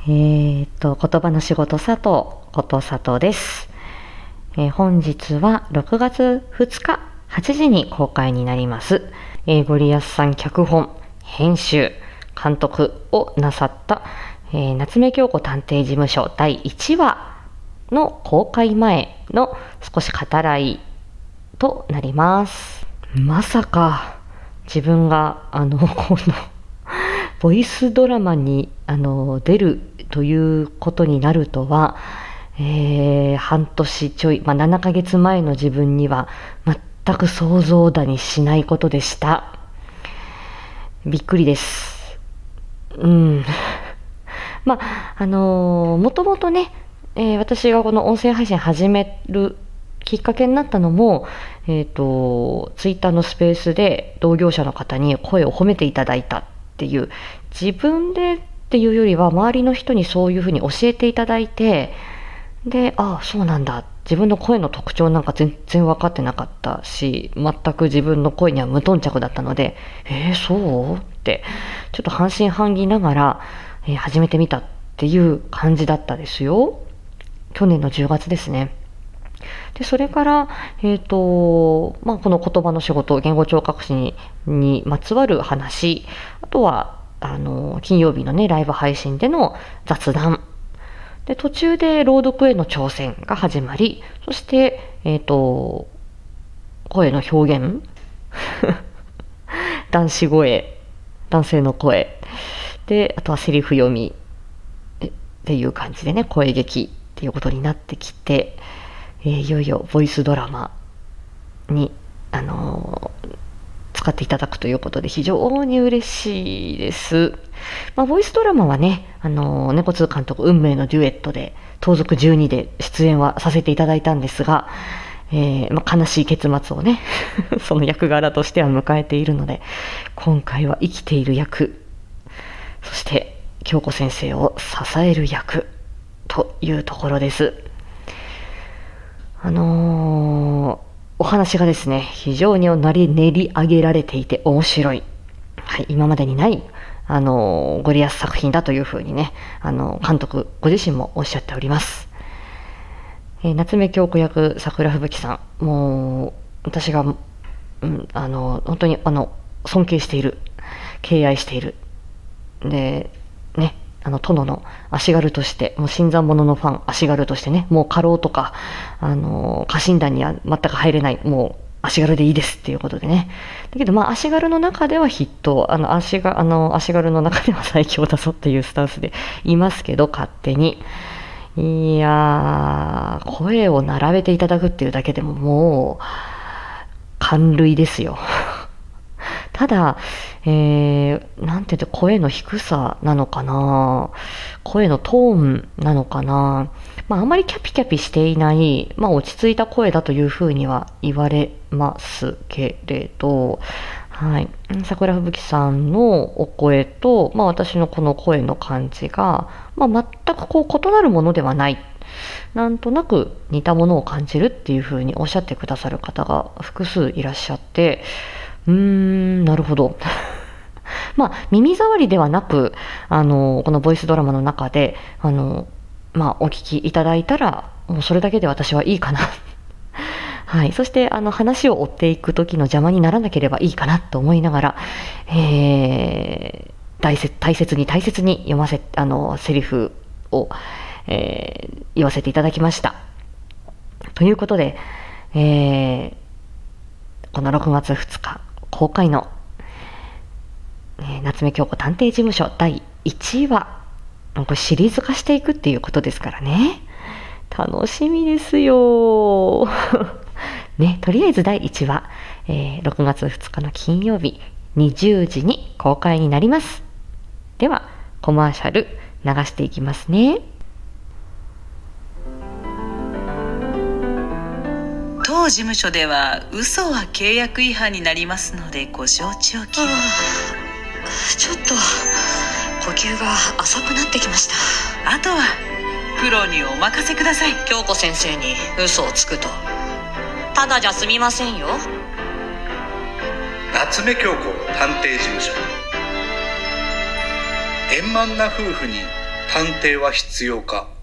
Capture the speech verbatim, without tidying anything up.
えー、と言葉の仕事佐藤こと佐藤です。えー、本日はろくがつふつかはちじに公開になります、えー、ゴリアスさん脚本編集監督をなさった、えー、夏目京子探偵事務所だいいちわの公開前の少し語らいとなります。まさか自分があのこのボイスドラマにあの出るということになるとは、えー、半年ちょい、まあ、ななかげつまえの自分には全く想像だにしないことでした。びっくりです。うんまああのもともとね、えー、私がこの音声配信始めるきっかけになったのも、えーと、ツイッターのスペースで同業者の方に声を褒めていただいたっていう、自分でっていうよりは周りの人にそういうふうに教えていただいて、で、ああそうなんだ、自分の声の特徴なんか全然分かってなかったし、全く自分の声には無頓着だったので、えー、そうってちょっと半信半疑ながら、えー、始めてみたっていう感じだったですよ。去年のじゅうがつですね。でそれから、えーとまあ、この言葉の仕事、言語聴覚士 に, にまつわる話、あとはあの金曜日の、ね、ライブ配信での雑談で、途中で朗読への挑戦が始まり、そして、えーと声の表現男子声、男性の声で、あとはセリフ読みっていう感じでね、声劇っていうことになってきて、えー、いよいよボイスドラマに、あのー、使っていただくということで非常に嬉しいです。まあ、ボイスドラマはね、あのー、猫通監督運命のデュエットで盗賊じゅうにで出演はさせていただいたんですが、えーまあ、悲しい結末をねその役柄としては迎えているので、今回は生きている役、そして京子先生を支える役というところです。あのー、お話がですね、非常に練り上げられていて面白い、はい、今までにない、あのー、ゴリアス作品だというふうにね、あのー、監督ご自身もおっしゃっております。えー、夏目京子役桜吹雪さん、もう私が、うん、あの本当にあの尊敬している、敬愛しているでね、あの殿の足軽として、もう新参者のファン足軽としてね、もう家老とかあの家臣団には全く入れない、もう足軽でいいですっていうことでね。だけどまあ足軽の中では筆頭、あの 足, があの足軽の中では最強だぞっていうスタンスでいますけど、勝手にいやー、声を並べていただくっていうだけでももう感涙ですよただ、えー、なんていうと、声の低さなのかな、声のトーンなのかな、まあ、あまりキャピキャピしていない、まあ、落ち着いた声だというふうには言われますけれど、はい、桜吹雪さんのお声と、まあ、私のこの声の感じが、まあ、全くこう異なるものではない、なんとなく似たものを感じるっていうふうにおっしゃってくださる方が複数いらっしゃって、うーん、なるほどまあ耳障りではなく、あのこのボイスドラマの中であの、まあ、お聞きいただいたらもうそれだけで私はいいかなはい、そしてあの話を追っていく時の邪魔にならなければいいかなと思いながら、えー、大切大切に大切に読ませあのセリフを、えー、言わせていただきました。ということで、えー、このろくがつふつか公開の、えー、夏目京子探偵事務所だいいちわ、これシリーズ化していくっていうことですからね、楽しみですよね、とりあえずだいいちわ、えー、ろくがつふつかの金曜日にじゅうじに公開になります。ではコマーシャル流していきますね。 当事務所では嘘は契約違反になりますのでご承知おきを。 ちょっと呼吸が浅くなってきました。 あとはプロにお任せください。 京子先生に嘘をつくとただじゃ済みませんよ。 夏目京子探偵事務所、円満な夫婦に探偵は必要か。